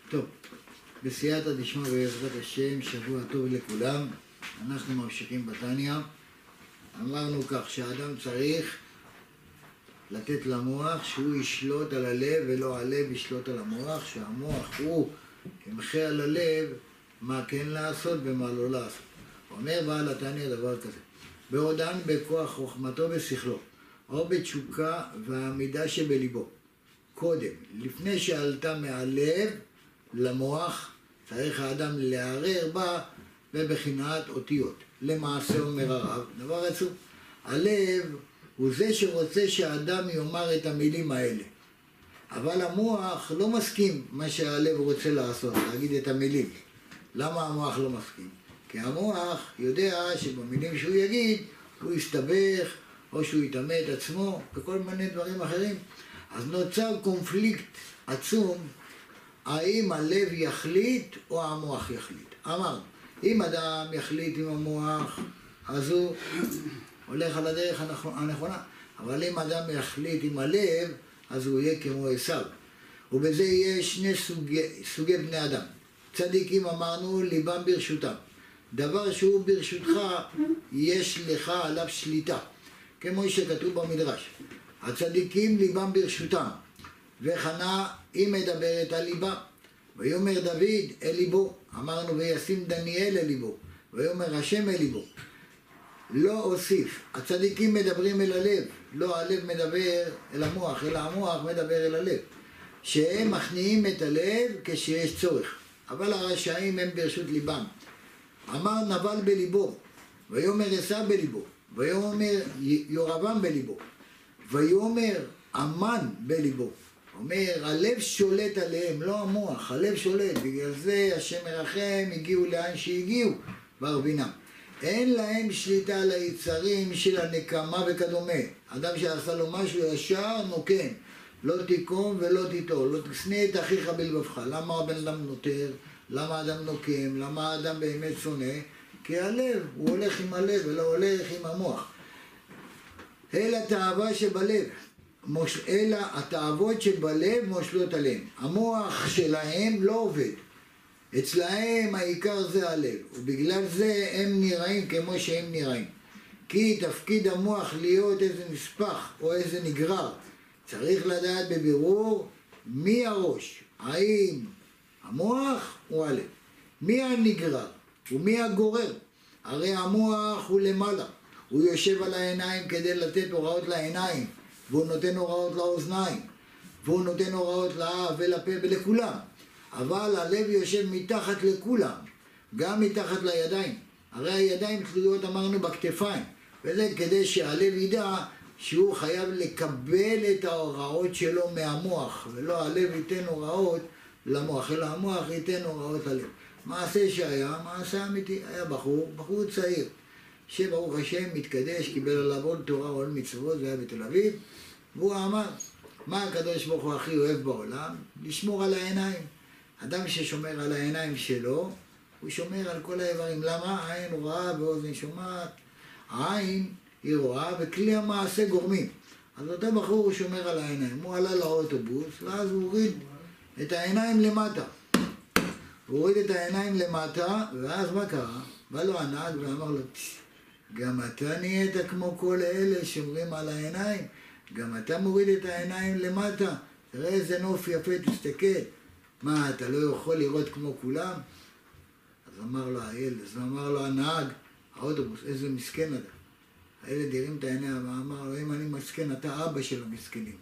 טוב, בסייעתא דשמיא בעזרת השם, שבוע טוב לכולם. אנחנו ממשיכים בתניא. אמרנו כך שהאדם צריך לתת למוח שהוא ישלוט על הלב ולא הלב ישלוט על המוח, שהמוח הוא ימחה על הלב מה כן לעשות ומה לא לעשות. אומר בעל התניא דבר כזה: בעודן בכוח חוכמתו בשכלו או בתשוקה והעמידה שבליבו. קודם, לפני שעלתה מהלב למוח, צריך האדם לערער בה בבחינת אותיות. למעשה אומר הרב, דבר עצוב, הלב הוא זה שרוצה שהאדם יאמר את המילים האלה, אבל המוח לא מסכים מה שהלב רוצה לעשות, להגיד את המילים. למה המוח לא מסכים? כי המוח יודע שבמילים שהוא יגיד הוא יסתבך או שהוא יטמא את עצמו וכל מיני דברים אחרים. אז נוצר קונפליקט עצום, האם הלב יחליט או המוח יחליט. אמרנו, אם אדם יחליט עם המוח, אז הוא הולך על הדרך הנכונה. אבל אם אדם יחליט עם הלב, אז הוא יהיה כמו עשיו. ובזה יש שני סוגי בני אדם. צדיקים אמרנו, ליבם ברשותם. דבר שהוא ברשותך, יש לך עליו שליטה. כמו שכתוב במדרש. הצדיקים ליבם ברשותם. וחנה היא מדברת על ליבה. ויאמר דוד אל ליבו. אמרנו וישים דניאל אל ליבו. ויאמר השם אל ליבו. לא אוסיף. הצדיקים מדברים אל הלב. לא הלב מדבר אל המוח, אלא המוח מדבר אל הלב. שהם מכניעים את הלב כשיש צורך. אבל הרשעים הם ברשות ליבם. אמר נבל בליבו. ויאמר עשיו בליבו. ויאמר ירבעם בליבו. ויאמר המן בליבו. אומר, הלב שולט עליהם, לא המוח, הלב שולט. בגלל זה השם מרחם, הגיעו לאן שהגיעו, ברבינם. אין להם שליטה על היצרים של הנקמה וכדומה. אדם שעשה לו משהו ישר נוקם. לא תיקום ולא תיטול, לא תשנא את אחיך בלבבך. למה הבן אדם נותר? למה האדם נוקם? למה האדם באמת שונא? כי הלב, הוא הולך עם הלב ולא הולך עם המוח. אלא התאווה שבלב, אלא התאוות שבלב מושלות עליהם. המוח שלהם לא עובד. אצלהם העיקר זה הלב, ובגלל זה הם נראים כמו שהם נראים. כי תפקיד המוח להיות איזה נספח או איזה נגרר. צריך לדעת בבירור מי הראש, האם המוח או הלב. מי הנגרר ומי הגורר? הרי המוח הוא למעלה. הוא יושב על העיניים כדי לתת הוראות לעיניים, והוא נותן הוראות לאוזניים, והוא נותן הוראות לאף ולפה ולכולם. אבל הלב יושב מתחת לכולם, גם מתחת לידיים. הרי הידיים תלויות אמרנו בכתפיים, וזה כדי שהלב ידע שהוא חייב לקבל את ההוראות שלו מהמוח, ולא הלב ייתן הוראות למוח, אלא המוח ייתן הוראות ללב. מעשה שהיה, מעשה אמיתי, היה בחור צעיר. שברוך השם מתקדש, קיבל עליו עול תורה ועול מצוות, זה היה בתל אביב, והוא אמר, מה הקדוש ברוך הוא הכי אוהב בעולם? לשמור על העיניים. אדם ששומר על העיניים שלו, הוא שומר על כל האיברים. למה? העין רואה ואוזן שומעת. העין היא רואה וכלי המעשה גורמים. אז אותו בחור הוא שומר על העיניים. הוא עלה לאוטובוס, ואז הוא הוריד את העיניים למטה. הוא הוריד את העיניים למטה, ואז מה קרה? בא לו הנהג ואמר לו, גם אתה נהיית כמו כל אלה שומרים על העיניים, גם אתה מוריד את העיניים למטה, תראה איזה נוף יפה, תסתכל. מה, אתה לא יכול לראות כמו כולם? אז אמר לו הילד, אז אמר לו הנהג, האוטובוס, איזה מסכן אתה. הילד הרים את העיניים ואמר לו, אם אני מסכן, אתה אבא של המסכנים.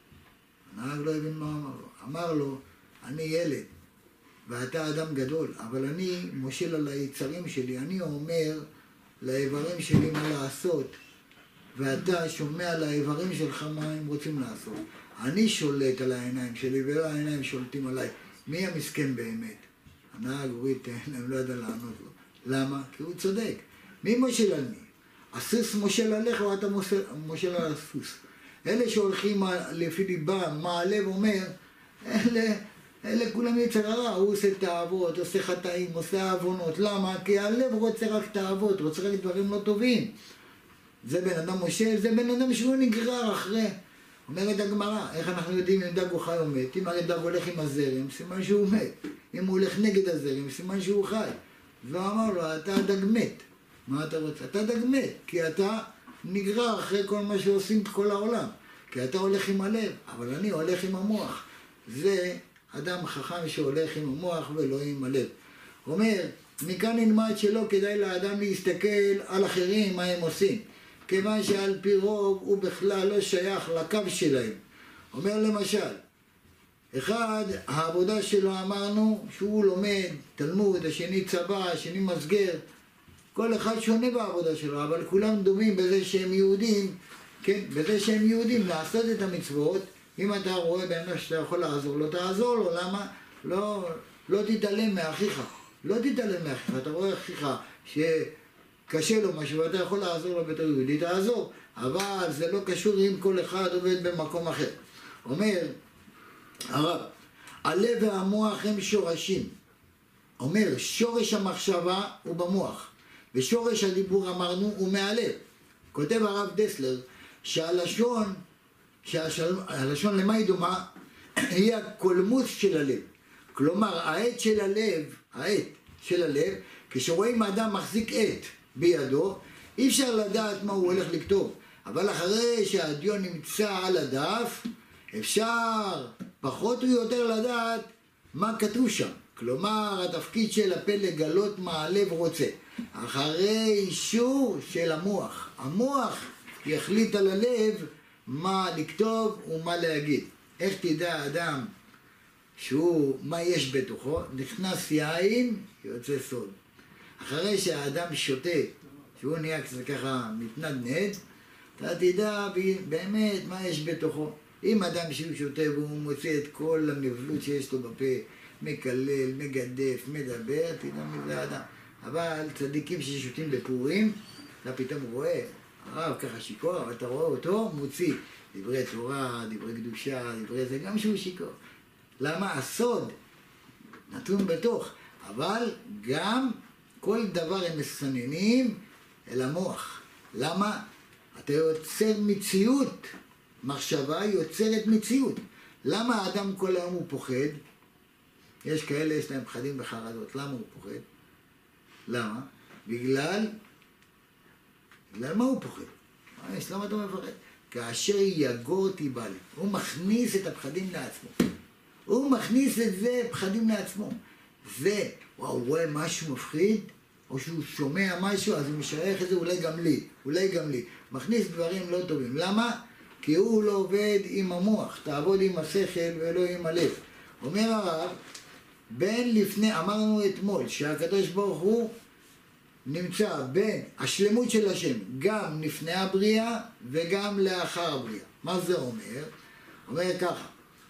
הנהג לא הבין מה אמר לו. אמר לו, אני ילד, ואתה אדם גדול, אבל אני מושל על היצרים שלי, אני אומר לאיברים שלי מה לעשות, ואתה שומע על האיברים שלך מה הם רוצים לעשות. אני שולט על העיניים שלי, ולא העיניים שולטים עליי. מי המסכן באמת? הנהג הוריד את העיניים, לא ידע לענות לו. למה? כי הוא צודק. מי מושל על מי? הסוס מושל עליך או אתה מושל על הסוס? אלה שהולכים לפי ליבם, מה הלב אומר, אלה כולם יצר הרע, הוא עושה תאוות, עושה חטאים, עושה עוונות. למה? כי הלב רוצה רק תאוות, רוצה רק דברים לא טובים. זה בן אדם מושל, זה בן אדם שהוא נגרר אחרי. אומרת הגמרא, איך אנחנו יודעים אם דג הוא חי או מת? אם הרי דג הולך עם הזרם, סימן שהוא מת. אם הוא הולך נגד הזרם, סימן שהוא חי. והוא אמר לו, אתה דג מת. מה אתה רוצה? אתה דג מת, כי אתה נגרר אחרי כל מה שעושים כל העולם. כי אתה הולך עם הלב, אבל אני הולך עם המוח. זה אדם חכם שהולך עם המוח ולא עם הלב. הוא אומר, מכאן נלמד שלא כדאי לאדם להסתכל על אחרים מה הם עושים. כיוון שעל פי רוב הוא בכלל לא שייך לקו שלהם. אומר למשל, אחד, העבודה שלו אמרנו שהוא לומד תלמוד, השני צבא, השני מסגר. כל אחד שונה בעבודה שלו, אבל כולם דומים בזה שהם יהודים, כן? בזה שהם יהודים לעשות את המצוות. אם אתה רואה באמת שאתה יכול לעזור לו, תעזור לו. למה? לא תתעלם מאחיך. לא תתעלם מאחיך. אתה רואה אחיך שקשה לו משהו ואתה יכול לעזור לו בתור יהודי, תעזור. אבל זה לא קשור אם כל אחד עובד במקום אחר. אומר הרב, הלב והמוח הם שורשים. אומר, שורש המחשבה הוא במוח, ושורש הדיבור אמרנו הוא מהלב. כותב הרב דסלר שהלשון למה היא דומה? היא הקולמוס של הלב. כלומר, העט של הלב, כשרואים אדם מחזיק עט בידו, אי אפשר לדעת מה הוא הולך לכתוב. אבל אחרי שהדיון נמצא על הדף, אפשר פחות או יותר לדעת מה כתוב שם. כלומר, התפקיד של הפה לגלות מה הלב רוצה. אחרי אישור של המוח. המוח יחליט על הלב מה לכתוב ומה להגיד. איך תדע אדם מה יש בתוכו? נכנס יין, יוצא סוד. אחרי שהאדם שותה, שהוא נהיה קצת ככה מתנדנד, אתה תדע באמת מה יש בתוכו. אם אדם שהוא שותה והוא מוצא את כל המבלות שיש לו בפה, מקלל, מגדף, מדבר, תדע מי זה האדם. אבל צדיקים ששותים בפורים, אתה פתאום רואה, הרב ככה שיכור, אבל אתה רואה אותו מוציא דברי תורה, דברי קדושה, דברי זה, גם שהוא שיכור. למה? הסוד נתון בתוך, אבל גם כל דבר הם מסננים אל המוח. למה? אתה יוצר מציאות, מחשבה יוצרת מציאות. למה האדם כל היום הוא פוחד? יש כאלה, יש להם פחדים וחרדות. למה הוא פוחד? למה? בגלל מה הוא פוחד? למה אתה מפחד? כאשר יגור תיבל. הוא מכניס את הפחדים לעצמו. הוא מכניס את זה, פחדים לעצמו. זה, הוא רואה משהו מפחיד, או שהוא שומע משהו, אז הוא משייך את זה, אולי גם לי. מכניס דברים לא טובים. למה? כי הוא לא עובד עם המוח, תעבוד עם השכל ולא עם הלב. אומר הרב, אמרנו אתמול שהקדוש ברוך הוא נמצא בין השלמות של השם, גם לפני הבריאה וגם לאחר הבריאה. מה זה אומר? אומר ככה,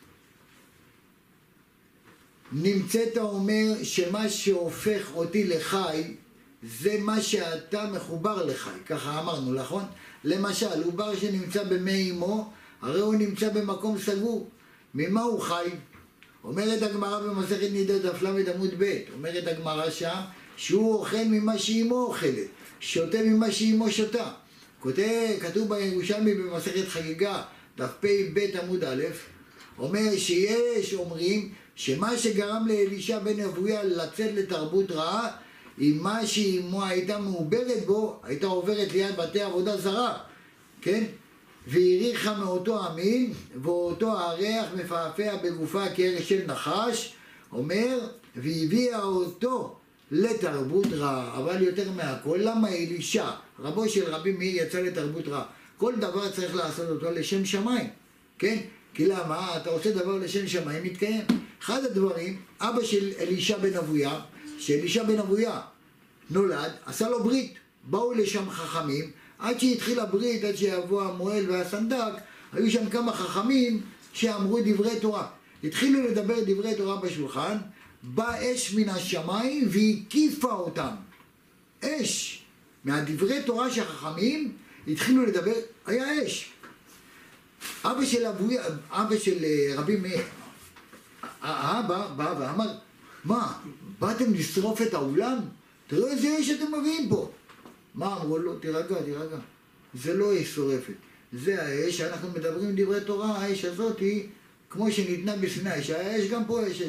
נמצאת אומר שמה שהופך אותי לחי, זה מה שאתה מחובר לחי, ככה אמרנו, נכון? למשל, עובר שנמצא במי אמו, הרי הוא נמצא במקום סגור. ממה הוא חי? אומרת הגמרא במסכת נידות דף ל' עמוד ב', אומרת הגמרא שם, שהוא אוכל ממה שאימו אוכלת, שותה ממה שאימו שותה. כתוב בירושלמי במסכת חגיגה, דף פ' עמוד א', אומר שיש אומרים שמה שגרם לאלישע בן אבויה לצאת לתרבות רעה, אם מה שאימו הייתה מעוברת בו, הייתה עוברת ליד בתי עבודה זרה, כן? והריחה מאותו המין, ואותו הריח מפעפע בגופה כערש של נחש, אומר, והביאה אותו לתרבות רעה. אבל יותר מהכל, למה אלישע, רבו של רבי מאיר, יצא לתרבות רעה? כל דבר צריך לעשות אותו לשם שמיים, כן? כי למה? אתה עושה דבר לשם שמיים, מתקיים. אחד הדברים, אבא של אלישע בן אבויה, שאלישע בן אבויה נולד, עשה לו ברית. באו לשם חכמים, עד שהתחיל הברית, עד שיבוא המועל והסנדק, היו שם כמה חכמים שאמרו דברי תורה. התחילו לדבר דברי תורה בשולחן, בא אש מן השמיים והקיפה אותם. אש. מהדברי תורה שהחכמים התחילו לדבר, היה אש. אבא של רבי מאיר, האבא בא ואמר, מה, באתם לשרוף את האולם? תראו איזה אש אתם מביאים פה. מה אמרו לו? תירגע. זה לא אש שורפת. זה האש, אנחנו מדברים דברי תורה, האש הזאת היא כמו שניתנה בסיני, שהאש גם פה יש אש.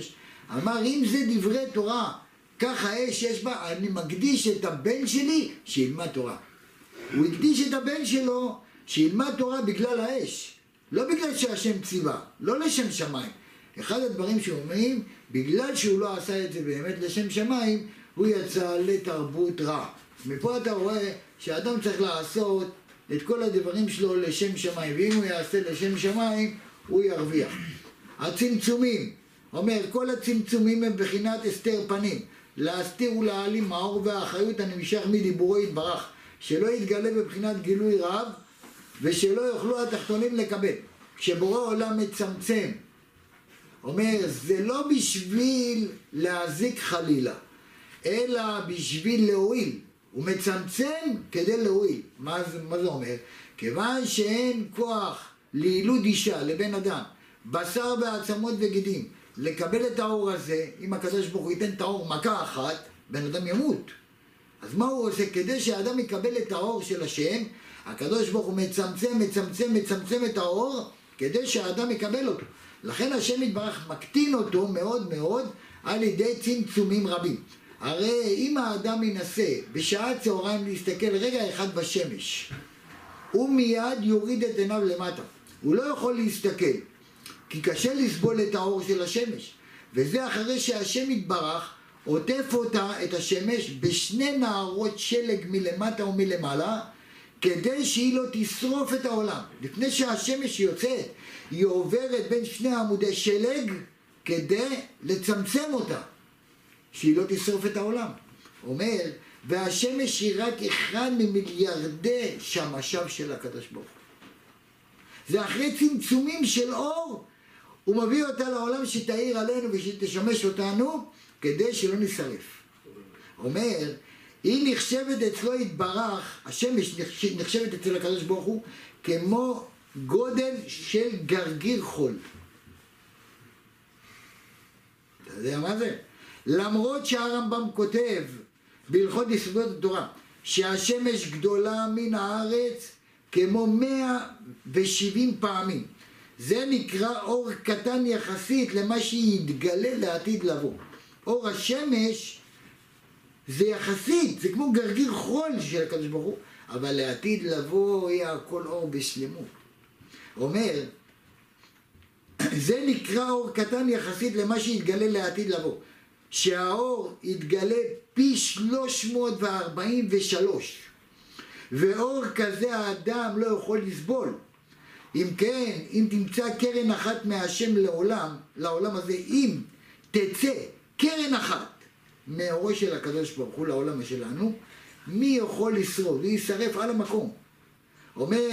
אמר, אם זה דברי תורה, ככה האש יש בה, אני מקדיש את הבן שלי שילמד תורה. הוא הקדיש את הבן שלו שילמד תורה בגלל האש, לא בגלל שהשם ציווה, לא לשם שמיים. אחד הדברים שאומרים, בגלל שהוא לא עשה את זה באמת לשם שמיים, הוא יצא לתרבות רע. מפה אתה רואה שהאדם צריך לעשות את כל הדברים שלו לשם שמיים, ואם הוא יעשה לשם שמיים, הוא ירוויח. הצמצומים, אומר, כל הצמצומים הם בחינת הסתר פנים, להסתיר ולהעלים האור והאחריות הנמשך מדיבורו יתברך, שלא יתגלה בבחינת גילוי רב, ושלא יוכלו התחתונים לקבל. כשבורא עולם מצמצם, אומר, זה לא בשביל להזיק חלילה, אלא בשביל להועיל. הוא מצמצם כדי להועיל. מה זה אומר? כיוון שאין כוח לילוד אישה לבן אדם, בשר ועצמות וגידים, לקבל את האור הזה, אם הקדוש ברוך הוא ייתן את האור מכה אחת, בן אדם ימות. אז מה הוא עושה? כדי שהאדם יקבל את האור של השם, הקדוש ברוך הוא מצמצם את האור, כדי שהאדם יקבל אותו. לכן השם יתברך מקטין אותו מאוד מאוד על ידי צמצומים רבים. הרי אם האדם ינסה בשעה צהריים להסתכל רגע אחד בשמש, הוא מיד יוריד את עיניו למטה. הוא לא יכול להסתכל, כי קשה לסבול את האור של השמש. וזה אחרי שהשם יתברך עוטף אותה, את השמש, בשני נהרות שלג מלמטה ומלמעלה, כדי שהיא לא תשרוף את העולם. לפני שהשמש יוצאת, היא עוברת בין שני עמודי שלג כדי לצמצם אותה, שהיא לא תשרוף את העולם. אומר, והשמש היא רק אחד ממיליארדי שמשיו של הקדוש ברוך הוא. זה אחרי צמצומים של אור, הוא מביא אותה לעולם שתאיר עלינו ושתשמש אותנו, כדי שלא נשרף. אומר, היא נחשבת אצלו יתברך, השמש נחשבת אצל הקדוש ברוך הוא, כמו גודל של גרגיר חול. אתה יודע מה זה? למרות שהרמב"ם כותב בהלכות יסודות התורה שהשמש גדולה מן הארץ כמו 170 פעמים, זה נקרא אור קטן יחסית למה שיתגלה לעתיד לבוא. אור השמש זה יחסית, זה כמו גרגיר חול של הקדוש ברוך הוא, אבל לעתיד לבוא יהיה הכל אור בשלמות. אומר, זה נקרא אור קטן יחסית למה שיתגלה לעתיד לבוא, שהאור יתגלה פי 343, ואור כזה האדם לא יכול לסבול. אם כן, אם תמצא קרן אחת מהשם לעולם הזה, אם תצא קרן אחת מאורו של הקדוש ברוך הוא לעולם שלנו, מי יכול לשרוד? וישרף על המקום. אומר,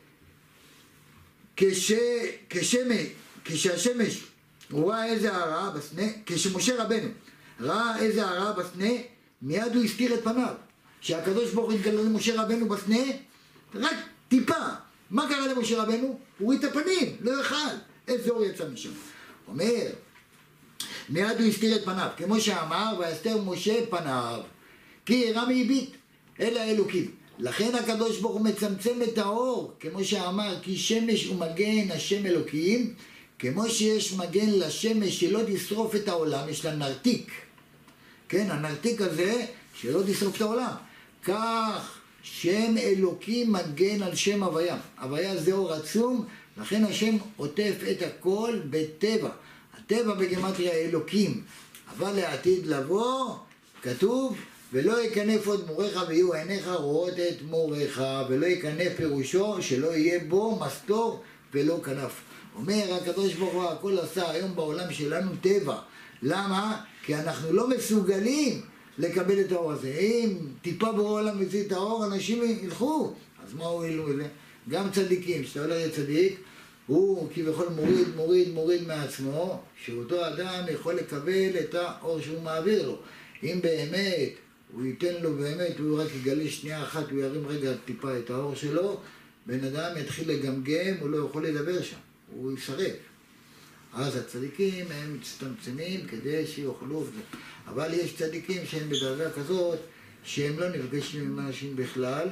כשהשמש הוא ראה איזה הרעה בסנה, כשמשה רבנו ראה איזה הרעה בסנה, מיד הוא הסתיר את פניו. שהקדוש ברוך הוא התגלה למשה רבנו בסנה, רק טיפה. מה קרה למשה רבנו? הוא הוריד את הפנים, לא יכל. איזה אור יצא משם. אומר, מיד הוא הסתיר את פניו, כמו שאמר, ויסתר משה פניו, כי ירא מהביט, אלה האלוקים. לכן הקדוש ברוך הוא מצמצם את האור, כמו שאמר, כי שמש ומגן השם אלוקים, כמו שיש מגן לשמש שלא תשרוף את העולם, יש לה נרתיק. כן, הנרתיק הזה שלא תשרוף את העולם. כך שם אלוקים מגן על שם הוויה. הוויה זה אור עצום, לכן השם עוטף את הכל בטבע. הטבע בגימטריה אלוקים, אבל לעתיד לבוא כתוב, ולא יקנף עוד מורך ויהיו עיניך רואות את מורך, ולא יקנף פירושו שלא יהיה בו מסתור ולא כנף. אומר הקדוש ברוך הוא, הכל עשה היום בעולם שלנו טבע. למה? כי אנחנו לא מסוגלים לקבל את האור הזה. אם טיפה בעולם יוציא את האור, אנשים ילכו. אז מה הועילו בזה? גם צדיקים, שאתה הולך לצדיק, הוא כביכול מוריד מעצמו, שאותו אדם יכול לקבל את האור שהוא מעביר לו. אם באמת הוא ייתן לו באמת, הוא רק יגלה שנייה אחת, הוא ירים רגע טיפה את האור שלו, בן אדם יתחיל לגמגם, הוא לא יכול לדבר שם, הוא ישרף. אז הצדיקים הם מצטמצמים כדי שיוכלו, אבל יש צדיקים שהם בדרגה כזאת שהם לא נפגשים עם אנשים בכלל,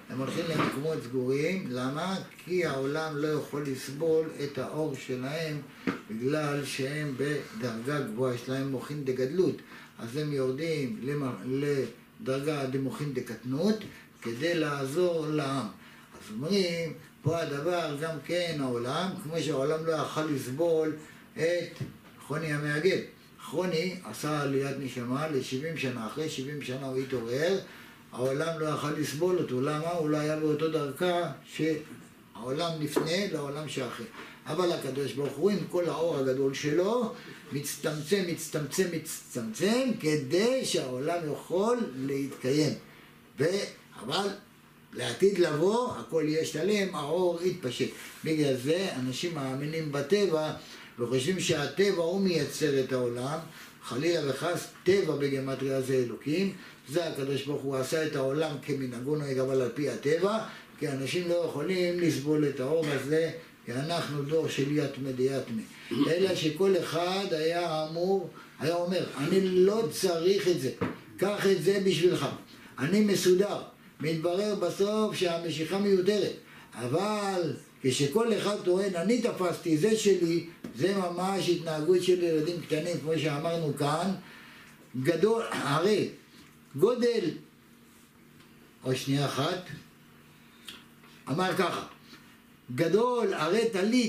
הם הולכים למקומות סגורים. למה? כי העולם לא יכול לסבול את האור שלהם בגלל שהם בדרגה גבוהה, יש להם מוחין דגדלות, אז הם יורדים לדרגה דמוחין דקטנות כדי לעזור לעם. אז אומרים, פה הדבר גם כן העולם, כמו שהעולם לא יכול לסבול את חוני המעגל. חוני עשה עליית נשמה ל-70 שנה, אחרי 70 שנה הוא התעורר, העולם לא יכול לסבול אותו. למה? הוא לא היה באותו דרכה שהעולם לפני לעולם שאחרי. אבל הקדוש ברוך הוא עם כל האור הגדול שלו מצטמצם, מצטמצם, מצטמצם כדי שהעולם יכול להתקיים. אבל לעתיד לבוא הכל יהיה שלם, האור יתפשט. בגלל זה אנשים מאמינים בטבע וחושבים שהטבע הוא מייצר את העולם. חלילה וחס, טבע בגמטריה זה אלוקים, זה הקדוש ברוך הוא עשה את העולם כמנהגו נוהג, אבל על פי הטבע, כי אנשים לא יכולים לסבול את האור הזה, כי אנחנו דור של יתמא דיתמא. אלא שכל אחד היה אמור, היה אומר, אני לא צריך את זה, קח את זה בשבילך, אני מסודר. מתברר בסוף שהמשיכה מיותרת, אבל כשכל אחד טוען, אני תפסתי, זה שלי, זה ממש התנהגות של ילדים קטנים, כמו שאמרנו כאן, גדול, הרי גודל, או שנייה אחת, אמר ככה, גדול, הרי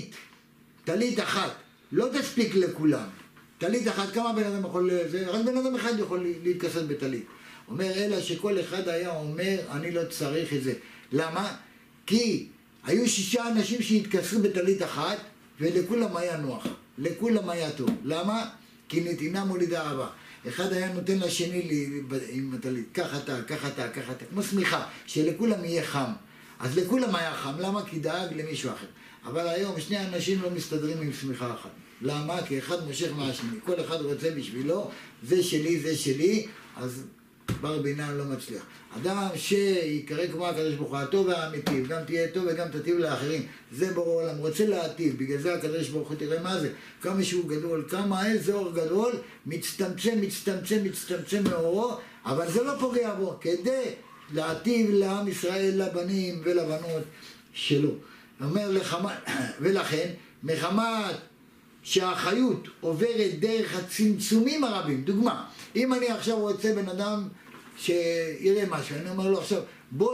טלית אחת, לא תספיק לכולם. טלית אחת, כמה בן אדם יכול, רק בן אדם אחד יכול להתכסות בטלית. אומר, אלא שכל אחד היה אומר, אני לא צריך את זה. למה? כי היו 6 אנשים שהתכסו בטלית אחת, ולכולם היה נוח, לכולם היה טוב. למה? כי נתינה מולידה אהבה. אחד היה נותן לשני עם הטלית, כך אתה, כך אתה, כך אתה, כמו סמיכה, שלכולם יהיה חם. אז לכולם היה חם, למה? כי דאג למישהו אחר. אבל היום 2 אנשים לא מסתדרים עם סמיכה אחת. למה? כי אחד מושך מהשני, כל אחד רוצה בשבילו, זה שלי, זה שלי, אז בר בינם לא מצליח. אדם שיקרא כמו הקדוש ברוך הוא הטוב והאמיתי, גם תהיה טוב וגם תטיב לאחרים, זה ברור העולם, רוצה להטיב, בגלל זה הקדוש ברוך הוא, תראה מה זה, כמה שהוא גדול, כמה איזה אור גדול, מצטמצם, מצטמצם, מצטמצם מאורו, אבל זה לא פוגע בו, כדי להטיב לעם ישראל, לבנים ולבנות שלו. אומר ולכן, מחמת שהחיות עוברת דרך הצמצומים הרבים, דוגמה, אם אני עכשיו רוצה בן אדם שיראה משהו, אני אומר לו עכשיו, בוא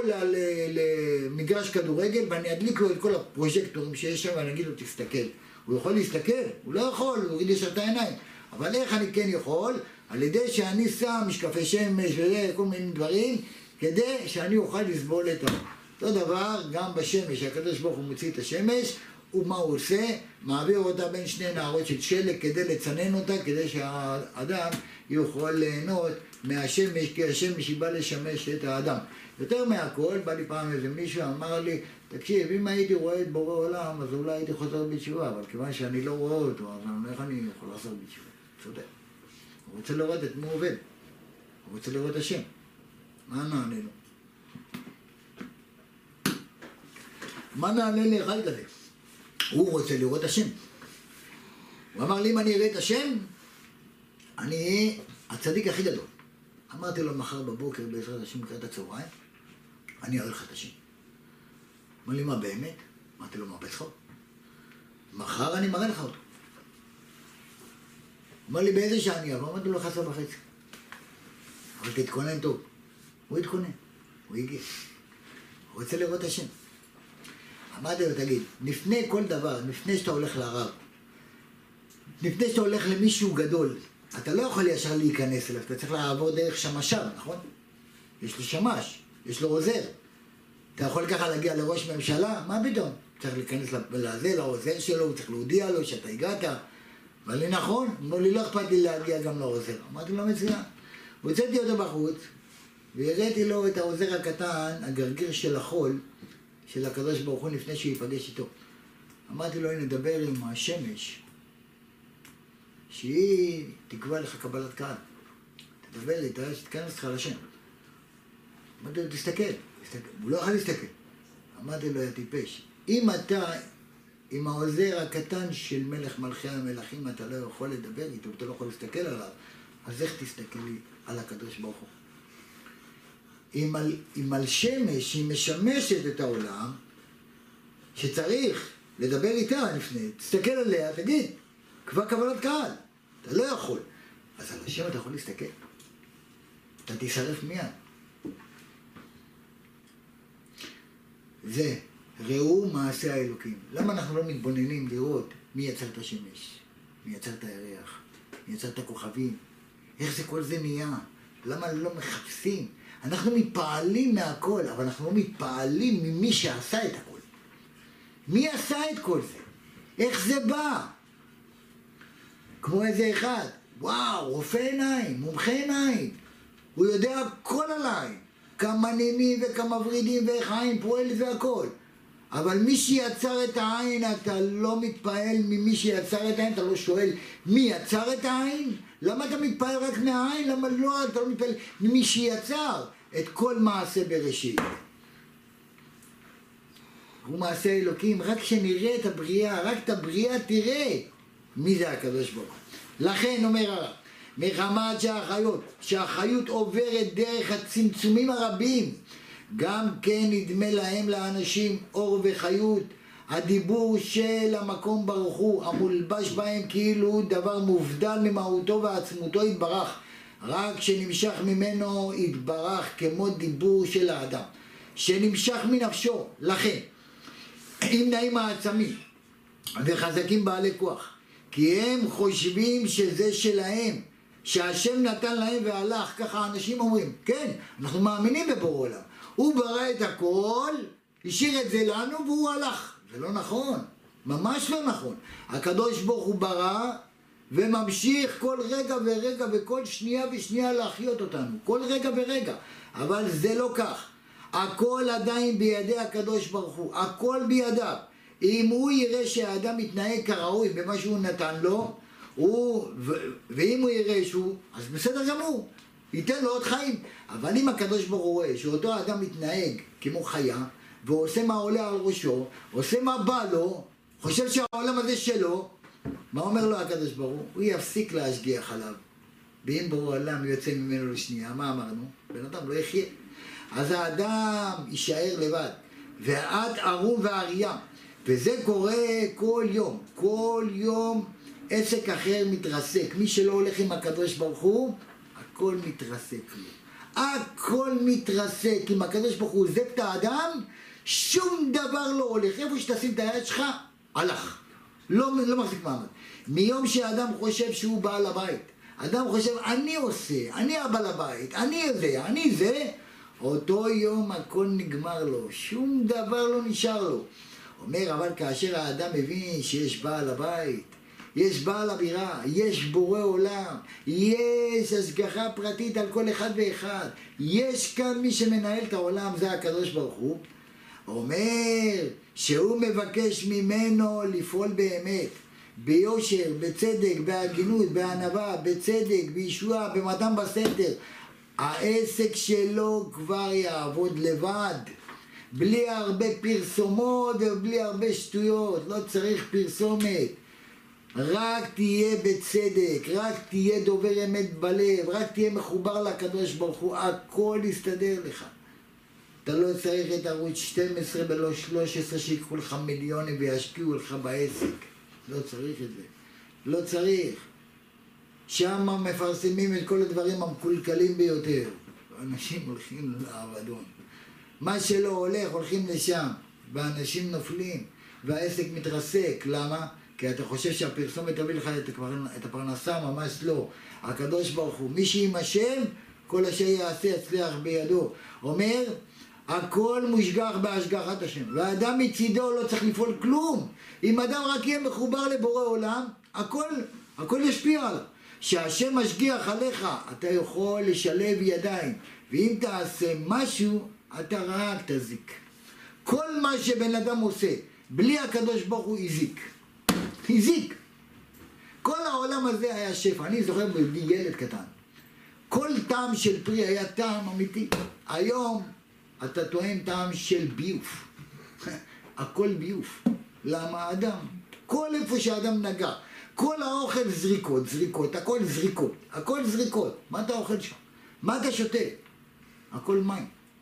למגרש כדורגל ואני אדליק לו את כל הפרוז'קטורים שיש שם ואני אגיד לו, תסתכל. הוא יכול להסתכל? הוא לא יכול, הוא יגיד יש את העיניים. אבל איך אני כן יכול? על ידי שאני שם משקפי שמש וכל מיני דברים, כדי שאני אוכל לסבול את האור. אותו דבר גם בשמש, הקדוש ברוך הוא מוציא את השמש, ומה הוא עושה? מעביר אותה בין 2 נהרות של שלג כדי לצנן אותה, כדי שהאדם יוכל ליהנות מהשמש, כי השמש היא באה לשמש את האדם. יותר מהכל, בא לי פעם איזה מישהו, אמר לי, תקשיב, אם הייתי רואה את בורא עולם, אז אולי הייתי חוזר בתשובה, אבל כיוון שאני לא רואה אותו, אז איך אני יכול לעשות בתשובה? צודק. הוא רוצה לראות את מי הוא עובד. הוא רוצה לראות השם. מה נענה לו? מה נענה לאחד כזה? הוא רוצה לראות השם. הוא אמר לי, אם אני אראה את השם, אני אהיה הצדיק הכי גדול. אמרתי לו, מחר בבוקר בעזרת השם לקראת הצהריים, אני אראה לך את השם. אמר לי, מה באמת? אמרתי לו, מה בצחוק? מחר אני מראה לך אותו. אמר לי, באיזה שעה אני אבוא? אמרתי לו, 11:30. אבל תתכונן טוב. הוא התכונן, הוא הגיע. הוא רוצה לראות את השם. אמרתי לו, תגיד, לפני כל דבר, לפני שאתה הולך לרב, לפני שאתה הולך למישהו גדול, אתה לא יכול ישר להיכנס אליו, אתה צריך לעבור דרך שמשיו, נכון? יש לו שמש, יש לו עוזר. אתה יכול ככה להגיע לראש ממשלה? מה פתאום? צריך להיכנס לזה, לעוזר שלו, הוא צריך להודיע לו שאתה הגעת. אבל לי נכון, אמרו לי, לא אכפת לי להגיע גם לעוזר. אמרתי לו, מצוין. הוצאתי אותו בחוץ, והראיתי לו את העוזר הקטן, הגרגיר של החול, של הקדוש ברוך הוא לפני שיפגש איתו. אמרתי לו, הנה, דבר עם השמש, שהיא תקבע לך קבלת קהל. תדבר לי, תתכנס לך לשם. אמרתי לו, תסתכל. הוא לא יכול להסתכל. אמרתי לו, יא טיפש, אם אתה, עם העוזר הקטן של מלך מלכי המלכים, אתה לא יכול לדבר איתו, אתה לא יכול להסתכל עליו, אז איך תסתכל לי על הקדוש ברוך הוא? אם על שמש שהיא משמשת את העולם, שצריך לדבר איתה לפני, תסתכל עליה, תגיד, כבר קבלת קהל, אתה לא יכול. אז על השם אתה יכול להסתכל, אתה תישרף מיד. זה, ראו מעשה האלוקים. למה אנחנו לא מתבוננים לראות מי יצר את השמש, מי יצר את הירח, מי יצר את הכוכבים, איך זה כל זה נהיה? למה לא מחפשים? אנחנו מתפעלים מהכל, אבל אנחנו לא מתפעלים ממי שעשה את הכל. מי עשה את כל זה? איך זה בא? כמו איזה אחד, וואו, רופא עיניים, מומחה עיניים, הוא יודע הכל עליי, כמה נימים וכמה ורידים ואיך העין פועלת והכל. אבל מי שיצר את העין, אתה לא מתפעל ממי שיצר את העין, אתה לא שואל מי יצר את העין? למה אתה מתפעל רק מהעין? למה לא, אתה לא מתפעל ממי שיצר את כל מעשה בראשית? הוא מעשה אלוקים, רק שנראה את הבריאה, רק את הבריאה תראה מי זה הקדוש ברוך הוא. לכן אומר הרב, מחמת שהחיות עוברת דרך הצמצומים הרבים, גם כן נדמה להם לאנשים אור וחיות, הדיבור של המקום ברוך הוא, המולבש בהם כאילו דבר מובדל ממהותו ועצמותו יתברך, רק שנמשך ממנו יתברך כמו דיבור של האדם, שנמשך מנפשו. לכן, אם נעים העצמים וחזקים בעלי כוח, כי הם חושבים שזה שלהם, שהשם נתן להם והלך, ככה אנשים אומרים, כן, אנחנו מאמינים בבורא עולם, הוא ברא את הכל, השאיר את זה לנו והוא הלך. זה לא נכון, ממש לא נכון. הקדוש ברוך הוא ברא וממשיך כל רגע ורגע וכל שנייה ושנייה להחיות אותנו, כל רגע ורגע, אבל זה לא כך. הכל עדיין בידי הקדוש ברוך הוא, הכל בידיו. אם הוא יראה שהאדם מתנהג כראוי במה שהוא נתן לו, ואם הוא יראה שהוא, אז בסדר גמור, ייתן לו עוד חיים. אבל אם הקדוש ברוך הוא רואה שאותו האדם מתנהג כמו חיה, ועושה מה עולה על ראשו, עושה מה בא לו, חושב שהעולם הזה שלו, מה אומר לו הקדוש ברוך הוא? הוא יפסיק להשגיח עליו. ואם ברור עולם יוצא ממנו לשנייה, מה אמרנו? בן אדם לא יחיה. אז האדם יישאר לבד, ואת ערום ועריה, וזה קורה כל יום. כל יום עסק אחר מתרסק. מי שלא הולך עם הקדוש ברוך הוא, הכל מתרסק לו. הכל מתרסק. אם הקדוש ברוך הוא עוזב את האדם, שום דבר לא הולך. איפה שתשים את היד שלך, הלך. לא מחזיק מעמד. מיום שהאדם חושב שהוא בעל הבית, אדם חושב, אני עושה, אני הבעל הבית, אני זה, אותו יום הכל נגמר לו, שום דבר לא נשאר לו. אומר, אבל כאשר האדם מבין שיש בעל הבית, יש בעל הבירה, יש בורא עולם, יש השגחה פרטית על כל אחד ואחד, יש כאן מי שמנהל את העולם, זה הקדוש ברוך הוא, אומר שהוא מבקש ממנו לפעול באמת, ביושר, בצדק, בהגינות, בענווה, בצדק, בישועה, במתן בסתר. העסק שלו כבר יעבוד לבד, בלי הרבה פרסומות ובלי הרבה שטויות. לא צריך פרסומת, רק תהיה בצדק, רק תהיה דובר אמת בלב, רק תהיה מחובר לקדוש ברוך הוא, הכל יסתדר לך. אתה לא צריך את ערוץ 12 ולא 13 שיקחו לך מיליונים וישקיעו לך בעסק. לא צריך את זה, לא צריך. שם מפרסמים את כל הדברים המקולקלים ביותר. אנשים הולכים לאבדון. מה שלא הולך, הולכים לשם, ואנשים נופלים, והעסק מתרסק. למה? כי אתה חושב שהפרסומת תביא לך את הפרנסה, ממש לא. הקדוש ברוך הוא, מי שעם השם, כל אשר יעשה יצליח בידו. אומר, הכל מושגח בהשגחת השם, והאדם מצידו לא צריך לפעול כלום. אם אדם רק יהיה מחובר לבורא עולם, הכל ישפיע עליו. שהשם משגיח עליך, אתה יכול לשלב ידיים, ואם תעשה משהו, אתה רק תזיק. כל מה שבן אדם עושה, בלי הקדוש ברוך הוא הזיק. כל העולם הזה היה שפע. אני זוכר ילד קטן, כל טעם של פרי היה טעם אמיתי. היום אתה טועם טעם של ביוף. הכל ביוף. למה האדם? כל איפה שהאדם נגע, כל האוכל זריקות, הכל זריקות. מה אתה אוכל שם? מה אתה שותה? הכל מים.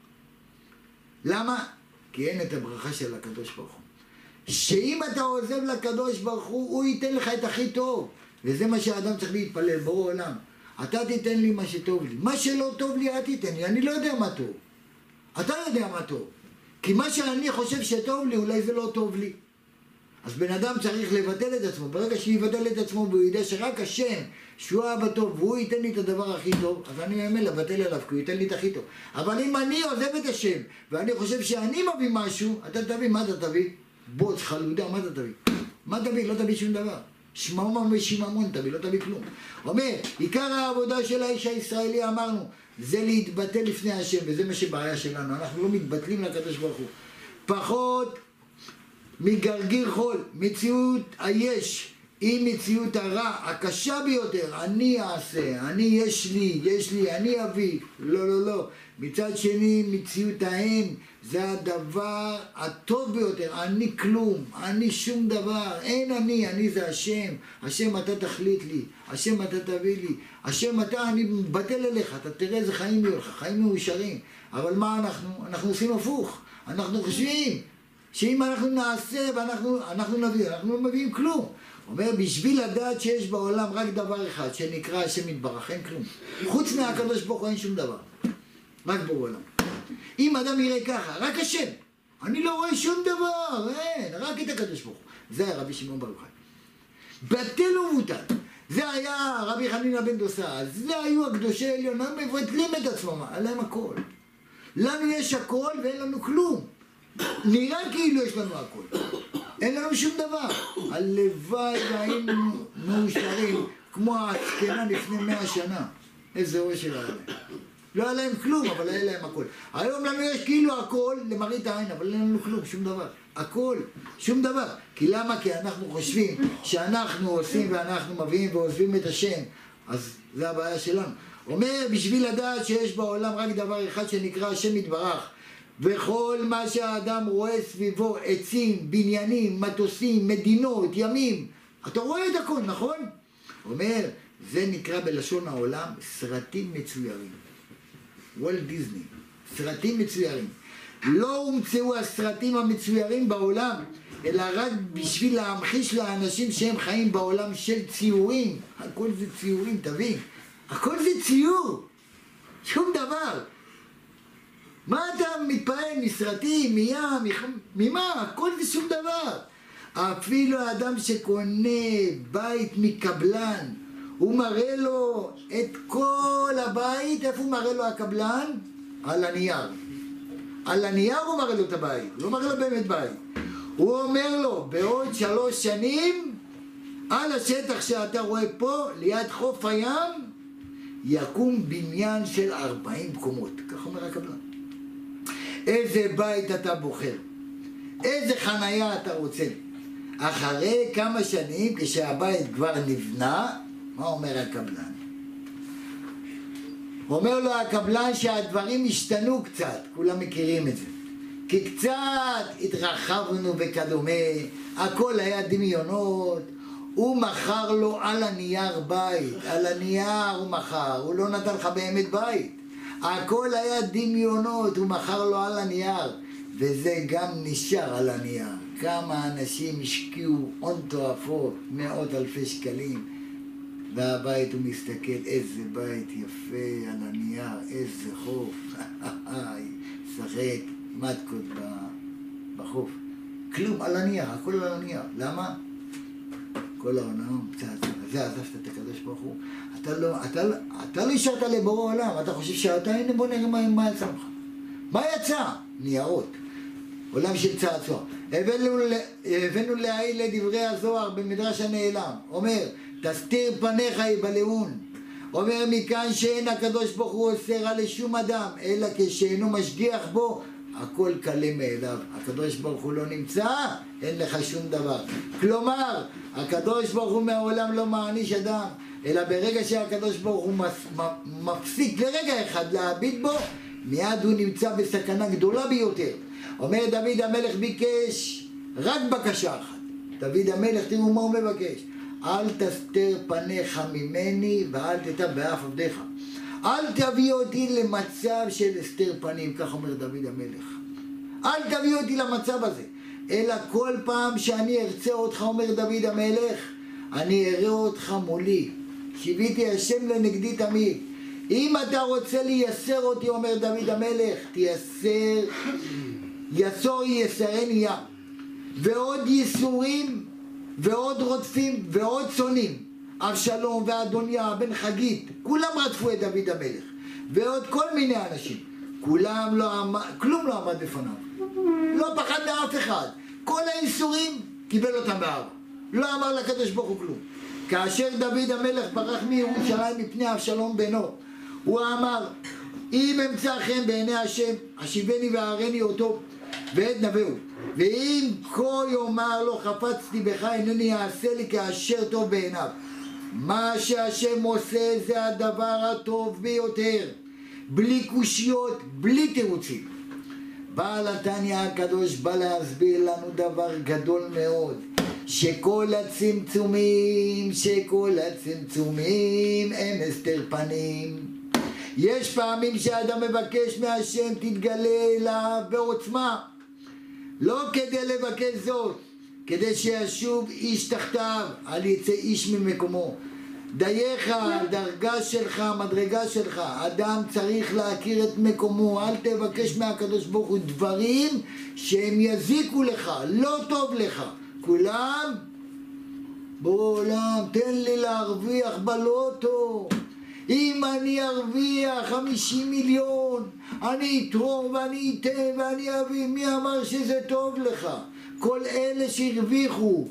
למה? כי אין את הברכה של הקדוש ברוך הוא. שאם אתה עוזב לקדוש ברוך הוא ייתן לך את הכי טוב. וזה מה שהאדם צריך להתפלל, ברור עולם. אתה תיתן לי מה שטוב לי. מה שלא טוב לי, אל תיתן לי. אני לא יודע מה טוב. אתה יודע מה טוב. כי מה שאני חושב שטוב לי, אולי זה לא טוב לי. אז בן אדם צריך לבטל את עצמו. ברגע שיבטל את עצמו והוא ידע שרק השם, שהוא אבא טוב, והוא ייתן לי את הדבר הכי טוב, אז אני מאמין לבטל עליו, כי הוא ייתן לי את הכי טוב. אבל אם אני עוזב את השם, ואני חושב שאני מביא משהו, אתה תביא, מה אתה תביא? בוץ, חלודה, מה אתה תביא? מה תביא? לא תביא שום דבר. שממון ושיממון תביא, לא תביא כלום. אומר, עיקר העבודה של האיש הישראלי, אמרנו, זה להתבטל לפני השם, וזה מה שבעיה שלנו. אנחנו לא מתבטלים לקדוש ברוך הוא. פחות מגרגיר חול, מציאות היש היא מציאות הרע, הקשה ביותר. אני אעשה, יש לי, אני אביא. לא, לא, לא. מצד שני, מציאות האין, זה הדבר הטוב ביותר. אני כלום, אני שום דבר, אין אני זה השם. השם אתה תחליט לי, השם אתה תביא לי, השם אתה, אני מבטל אליך, אתה תראה איזה חיים יהיו לך, חיים מאושרים. אבל מה אנחנו עושים הפוך. אנחנו חושבים שאם אנחנו נעשה ואנחנו נביא, אנחנו לא מביאים כלום. אומר, בשביל לדעת שיש בעולם רק דבר אחד שנקרא השם יתברך, אין כלום. חוץ מהקדוש ברוך הוא אין שום דבר. רק בעולם. אם אדם יראה ככה, רק השם, אני לא רואה שום דבר, אין, רק את הקדוש ברוך הוא. זה היה רבי שמעון בר יוחאי. בטל ומבוטל. זה היה רבי חנינא בן דוסא, זה היו הקדושי העליון, הם מבטלים את עצמם, עליהם הכל. לנו יש הכל ואין לנו כלום. נראה כאילו יש לנו הכל. אין לנו שום דבר. הלוואי והיינו מאושרים כמו הזקנה לפני 100 שנה. איזה אושר היה להם. לא היה להם כלום, אבל היה להם הכל. היום לנו יש כאילו הכל למראית העין, אבל אין לנו כלום, שום דבר. הכל, שום דבר. כי למה? כי אנחנו חושבים שאנחנו עושים ואנחנו מביאים ועוזבים את השם. אז זה הבעיה שלנו. אומר, בשביל לדעת שיש בעולם רק דבר אחד שנקרא השם יתברך, וכל מה שהאדם רואה סביבו, עצים, בניינים, מטוסים, מדינות, ימים, אתה רואה את הכל, נכון? אומר, זה נקרא בלשון העולם סרטים מצוירים. וולט דיזני, סרטים מצוירים. לא הומצאו הסרטים המצוירים בעולם, אלא רק בשביל להמחיש לאנשים שהם חיים בעולם של ציורים. הכל זה ציורים, תבין. הכל זה ציור. שום דבר. מה אתה מתפעל? מסרטים, מים, ממה? הכל זה שום דבר. אפילו האדם שקונה בית מקבלן, הוא מראה לו את כל הבית. איפה הוא מראה לו הקבלן? על הנייר. על הנייר הוא מראה לו את הבית, הוא לא מראה לו באמת בית. הוא אומר לו, בעוד 3 שנים, על השטח שאתה רואה פה, ליד חוף הים, יקום בניין של 40 קומות. כך אומר הקבלן. איזה בית אתה בוחר? איזה חנייה אתה רוצה? אחרי כמה שנים, כשהבית כבר נבנה, מה אומר הקבלן? אומר לו הקבלן שהדברים השתנו קצת, כולם מכירים את זה. כי קצת התרחבנו וכדומה, הכל היה דמיונות. הוא מכר לו על הנייר בית, על הנייר הוא מכר, הוא לא נתן לך באמת בית. הכל היה דמיונות, הוא מכר לו על הנייר, וזה גם נשאר על הנייר. כמה אנשים השקיעו הון תועפות, 100,000 שקלים, והבית הוא מסתכל, איזה בית יפה על הנייר, איזה חוף, שחק מתקות בחוף. כלום, על הנייר, הכל על הנייר. למה? כל העולם קצת, זה עזבת את הקדוש ברוך הוא. אתה לא השארת לבורא עולם, אתה חושב שאתה, הנה בוא נראה מה יצא לך. מה יצא? ניירות. עולם של צעצוע. הבאנו להעיל לדברי הזוהר במדרש הנעלם. אומר, תסתיר פניך יבלעון. אומר מכאן שאין הקדוש ברוך הוא עושה רע לשום אדם, אלא כשאינו משגיח בו, הכל קלה מאליו. הקדוש ברוך הוא לא נמצא, אין לך שום דבר. כלומר, הקדוש ברוך הוא מהעולם לא מעניש אדם, אלא ברגע שהקדוש ברוך הוא מפסיק לרגע אחד להביט בו, מיד הוא נמצא בסכנה גדולה ביותר. אומר דוד המלך ביקש רק בקשה אחת. דוד המלך, תראו מה הוא מבקש. אל תסתר פניך ממני ואל תטע באף עבדיך. אל תביא אותי למצב של הסתר פנים, כך אומר דוד המלך. אל תביא אותי למצב הזה. אלא כל פעם שאני ארצה אותך, אומר דוד המלך, אני אראה אותך מולי. שיביתי השם לנגדי תמיד. אם אתה רוצה לייסר אותי, אומר דוד המלך, תייסר, יסור יסרני יה. ועוד ייסורים, ועוד רודפים, ועוד שונאים. אבשלום ואדוניה, בן חגית, כולם רדפו את דוד המלך. ועוד כל מיני אנשים. כלום לא עמד בפניו. לא פחד מאף אחד. כל הייסורים קיבל אותם באהבה. לא אמר לקדוש ברוך הוא כלום. כאשר דוד המלך ברח מירושלים מפני אבשלום בנו, הוא אמר, אם אמצא חן בעיני השם, השיבני והערני אותו ואת נבאו. ואם כה יאמר לו חפצתי בך, אינני אעשה לי כאשר טוב בעיניו. מה שהשם עושה זה הדבר הטוב ביותר, בלי קושיות, בלי תירוצים. בעל התניא הקדוש בא להסביר לנו דבר גדול מאוד, שכל הצמצומים הם הסתר פנים. יש פעמים שאדם מבקש מהשם תתגלה אליו בעוצמה, לא כדי לבקש זאת, כדי שישוב איש תחתיו, אל יצא איש ממקומו. דייך, הדרגה שלך, המדרגה שלך, אדם צריך להכיר את מקומו. אל תבקש מהקדוש ברוך הוא דברים שהם יזיקו לך, לא טוב לך. כולם בעולם, תן לי להרוויח בלוטו. אם אני ארוויח 50 מיליון, אני אתרום ואני אתן ואני אביא. מי אמר שזה טוב לך? כל אלה שהרוויחו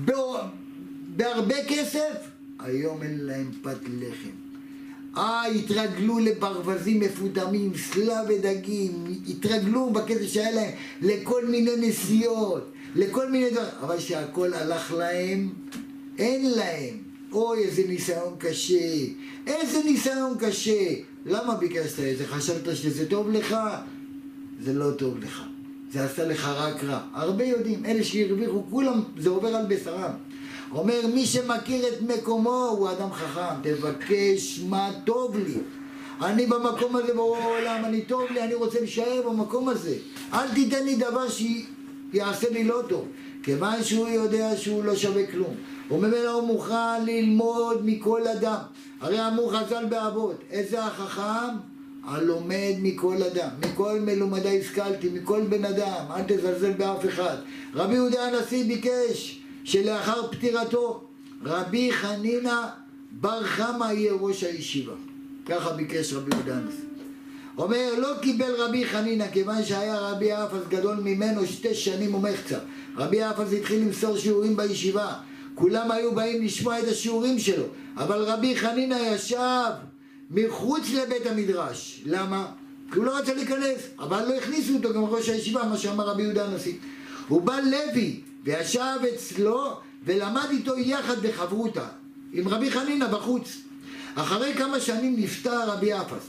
בהרבה כסף, היום אין להם פת לחם. התרגלו לברווזים מפותמים, סלב ודגים, התרגלו בכסף שהיה להם לכל מיני נסיעות, לכל מיני דברים, אבל שהכל הלך להם, אין להם. אוי, איזה ניסיון קשה, איזה ניסיון קשה. למה ביקשת את זה? חשבת שזה טוב לך? זה לא טוב לך, זה עשה לך רק רע. הרבה יודעים, אלה שהרוויחו, כולם, זה עובר על בשרם. אומר, מי שמכיר את מקומו הוא אדם חכם. תבקש מה טוב לי. אני במקום הזה בעולם, אני טוב לי, אני רוצה להישאר במקום הזה. אל תיתן לי דבר שיעשה לי לא טוב, כיוון שהוא יודע שהוא לא שווה כלום. וממילא הוא מוכן ללמוד מכל אדם. הרי אמרו חז"ל באבות, איזה החכם? הלומד מכל אדם. מכל מלומדי השכלתי, מכל בן אדם, אל תזלזל באף אחד. רבי יהודה הנשיא ביקש שלאחר פטירתו רבי חנינא בר חמא יהיה ראש הישיבה. ככה ביקש רבי יהודה הנשיא. אומר, לא קיבל רבי חנינא, כיוון שהיה רבי אפס גדול ממנו 2 שנים ומחצה. רבי אפס התחיל למסור שיעורים בישיבה, כולם היו באים לשמוע את השיעורים שלו, אבל רבי חנינא ישב מחוץ לבית המדרש. למה? כי הוא לא רצה להיכנס, אבל לא הכניסו אותו גם ראש הישיבה, מה שאמר רבי יהודה הנשיא. הוא בא לוי וישב אצלו ולמד איתו יחד בחברותה עם רבי חנינא בחוץ. אחרי כמה שנים נפטר רבי אפס.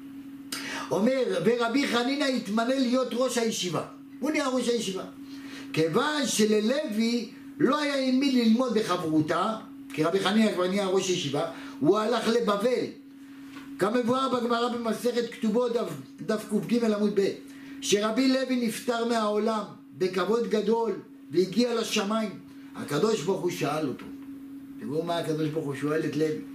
אומר, ורבי חנינא התמנה להיות ראש הישיבה. הוא נהיה ראש הישיבה. כיוון שללוי לא היה עם מי ללמוד בחברותה, כי רבי חנינא כבר נהיה ראש ישיבה, הוא הלך לבבל. כמבואר בגמרא במסכת כתובות דף ק"ג עמוד ב', שרבי לוי נפטר מהעולם בכבוד גדול והגיע לשמיים. הקדוש ברוך הוא שאל אותו, תראו מה הקדוש ברוך הוא שואל את לוי,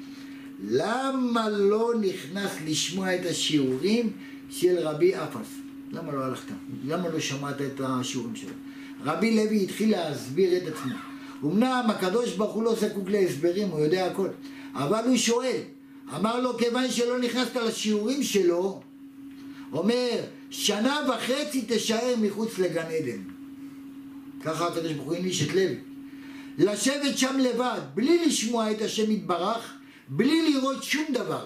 למה לא נכנס לשמוע את השיעורים של רבי אפס? למה לא הלכת? למה לא שמעת את השיעורים שלו? רבי לוי התחיל להסביר את עצמו. אמנם הקדוש ברוך הוא לא זקוק להסברים, הוא יודע הכל, אבל הוא שואל. אמר לו, כיוון שלא נכנסת לשיעורים שלו, אומר, 1.5 שנה תשאר מחוץ לגן עדן. ככה הקדוש ברוך הוא העניש את לוי. לשבת שם לבד, בלי לשמוע את השם יתברך, בלי לראות שום דבר.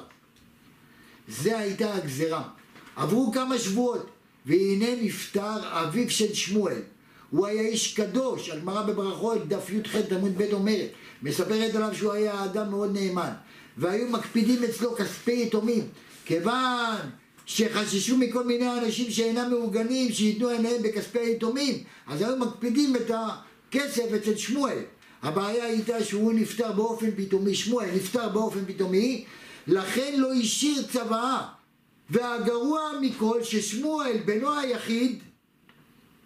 זה הייתה הגזרה. עברו כמה שבועות, והנה נפטר אביו של שמואל. הוא היה איש קדוש. הגמרא בברכות דף י"ח עמוד ב' אומרת, מספרת עליו שהוא היה אדם מאוד נאמן, והיו מקפידים אצלו כספי יתומים, כיוון שחששו מכל מיני אנשים שאינם מאורגנים שיתנו עיניהם בכספי היתומים, אז היו מקפידים את הכסף אצל שמואל. הבעיה הייתה שהוא נפטר באופן פתאומי, שמואל נפטר באופן פתאומי, לכן לא השאיר צוואה. והגרוע מכל ששמואל בנו היחיד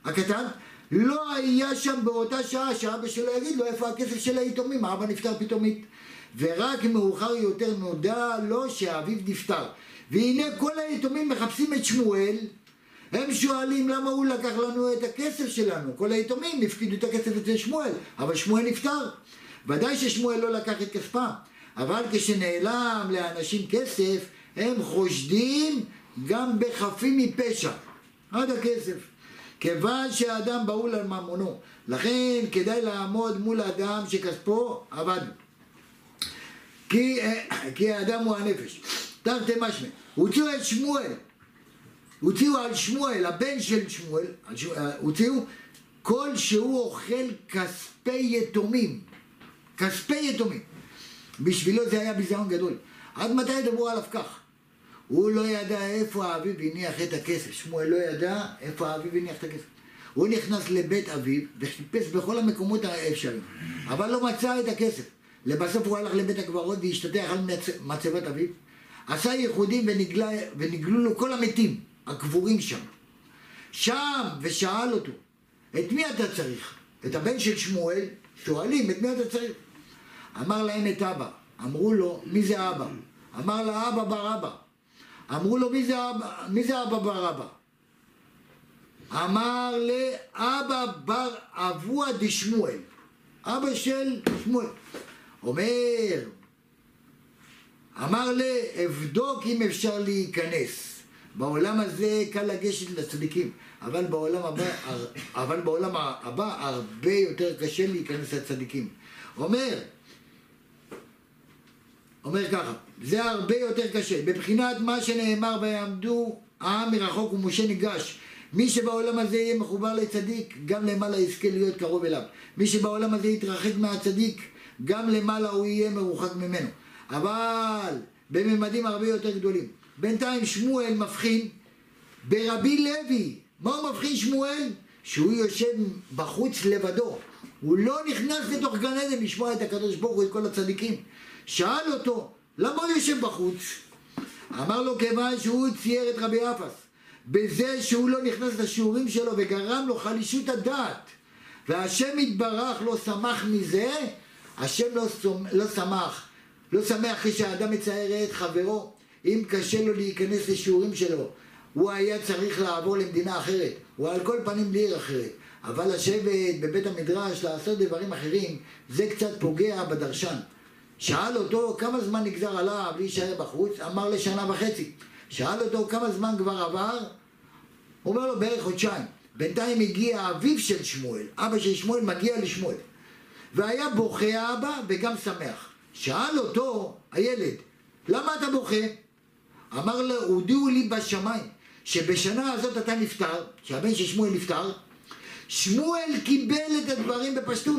הקטן, לא היה שם באותה שעה שאבא שלו יגיד לו איפה הכסף של היתומים, האבא נפטר פתאומית. ורק מאוחר יותר נודע לו שאביו נפטר. והנה כל היתומים מחפשים את שמואל, הם שואלים למה הוא לקח לנו את הכסף שלנו. כל היתומים הפקידו את הכסף אצל שמואל, אבל שמואל נפטר. ודאי ששמואל לא לקח את כספם, אבל כשנעלם לאנשים כסף, הם חושדים גם בחפים מפשע, עד הכסף. כיוון שהאדם בהול על ממונו, לכן כדאי לעמוד מול האדם שכספו עבד. כי האדם הוא הנפש. תרתי משמע, הוציאו את שמואל, הוציאו על שמואל, הבן של שמואל, הוציאו כל שהוא אוכל כספי יתומים, כספי יתומים. בשבילו זה היה ביזיון גדול. עד מתי ידברו עליו כך? הוא לא ידע איפה האביב הניח את הכסף. שמואל לא ידע איפה האביב הניח את הכסף. הוא נכנס לבית אביו וחיפש בכל המקומות האפשריים, אבל לא מצא את הכסף. לבסוף הוא הלך לבית הקברות והשתטח על מצבת אביו, עשה ייחודים ונגלו לו כל המתים הקבורים שם, ושאל אותו, את מי אתה צריך? את הבן של שמואל? שואלים, את מי אתה צריך? אמר להם את אבא. אמרו לו, מי זה אבא? אמר לה, אבא בר אבא. אמרו לו, מי זה אבא בר אבא? אמר לאבא בר אבוה דשמואל, אבא של שמואל. אמר אבדוק אם אפשר להיכנס. בעולם הזה קל לגשת לצדיקים, אבל בעולם הבא הרבה יותר קשה להיכנס לצדיקים. אומר ככה, זה הרבה יותר קשה, בבחינת מה שנאמר ויעמדו העם מרחוק ומשה ניגש. מי שבעולם הזה יהיה מחובר לצדיק, גם למעלה יזכה להיות קרוב אליו. מי שבעולם הזה יתרחק מהצדיק, גם למעלה הוא יהיה מרוחק ממנו. אבל בממדים הרבה יותר גדולים. בינתיים שמואל מבחין ברבי לוי. מה הוא מבחין שמואל? שהוא יושב בחוץ לבדו. הוא לא נכנס לתוך גן עדן לשמוע את הקדוש ברוך הוא, את כל הצדיקים. שאל אותו, למה הוא יושב בחוץ? אמר לו, כיוון שהוא צייר את רבי אפס בזה שהוא לא נכנס לשיעורים שלו וגרם לו חלישות הדעת, והשם יתברך לא שמח מזה. השם לא שמח כשהאדם מצייר את חברו. אם קשה לו להיכנס לשיעורים שלו, הוא היה צריך לעבור למדינה אחרת, הוא על כל פנים לעיר אחרת. אבל לשבת בבית המדרש לעשות דברים אחרים, זה קצת פוגע בדרשן. שאל אותו כמה זמן נגזר עליו להישאר בחוץ, אמר לשנה וחצי. שאל אותו כמה זמן כבר עבר, הוא אומר לו בערך חודשיים. בינתיים הגיע אביו של שמואל, אבא של שמואל מגיע לשמואל, והיה בוכה האבא וגם שמח. שאל אותו הילד, למה אתה בוכה? אמר לו, הודיעו לי בשמיים שבשנה הזאת אתה נפטר, שהבן של שמואל נפטר. שמואל קיבל את הדברים בפשטות,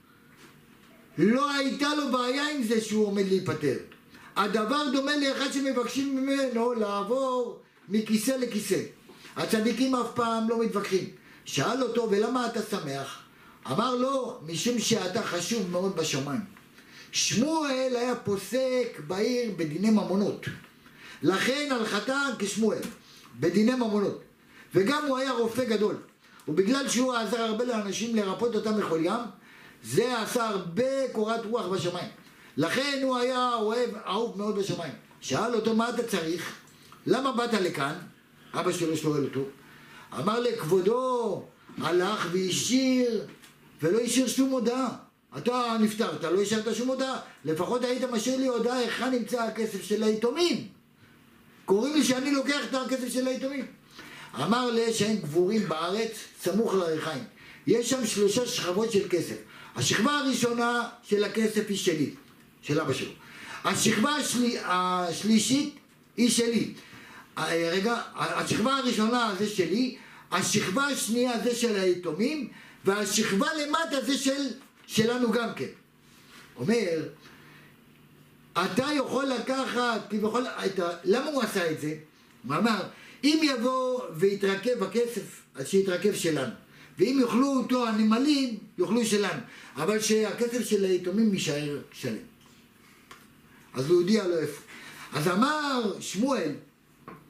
לא הייתה לו בעיה עם זה שהוא עומד להיפטר. הדבר דומה לאחד שמבקשים ממנו לעבור מכיסא לכיסא. הצדיקים אף פעם לא מתווכחים. שאל אותו, ולמה אתה שמח? אמר לו, משום שאתה חשוב מאוד בשמיים. שמואל היה פוסק בעיר בדיני ממונות, לכן הלכתה כשמואל בדיני ממונות, וגם הוא היה רופא גדול, ובגלל שהוא עזר הרבה לאנשים לרפות אותם מכל ים, זה עשה הרבה קורת רוח בשמיים, לכן הוא היה אהוב מאוד בשמיים. שאל אותו, מה אתה צריך? למה באת לכאן? אבא שלו שואל אותו. אמר לכבודו, הלך והשאיר ולא השאיר שום הודעה. אתה נפטרת, לא השארת שום הודעה, לפחות היית משאיר לי הודעה היכן נמצא הכסף של היתומים. קוראים לי שאני לוקח את הכסף של היתומים. אמר לי שהם קבורים בארץ סמוך לריחיים, יש שם 3 שכבות של כסף. השכבה הראשונה של הכסף היא שלי, של אבא שלו. השכבה השלישית היא שלי. השכבה הראשונה זה שלי, השכבה השנייה זה של היתומים, והשכבה למטה זה שלנו גם כן. אומר, אתה יכול לקחת, למה הוא עשה את זה? הוא אמר, אם יבוא ויתרכב הכסף, אז שיתרכב שלנו. ואם יאכלו אותו הנמלים, יאכלו שלנו. אבל שהכסף של היתומים יישאר שלם. אז הוא הודיע לו איפה. אז אמר שמואל,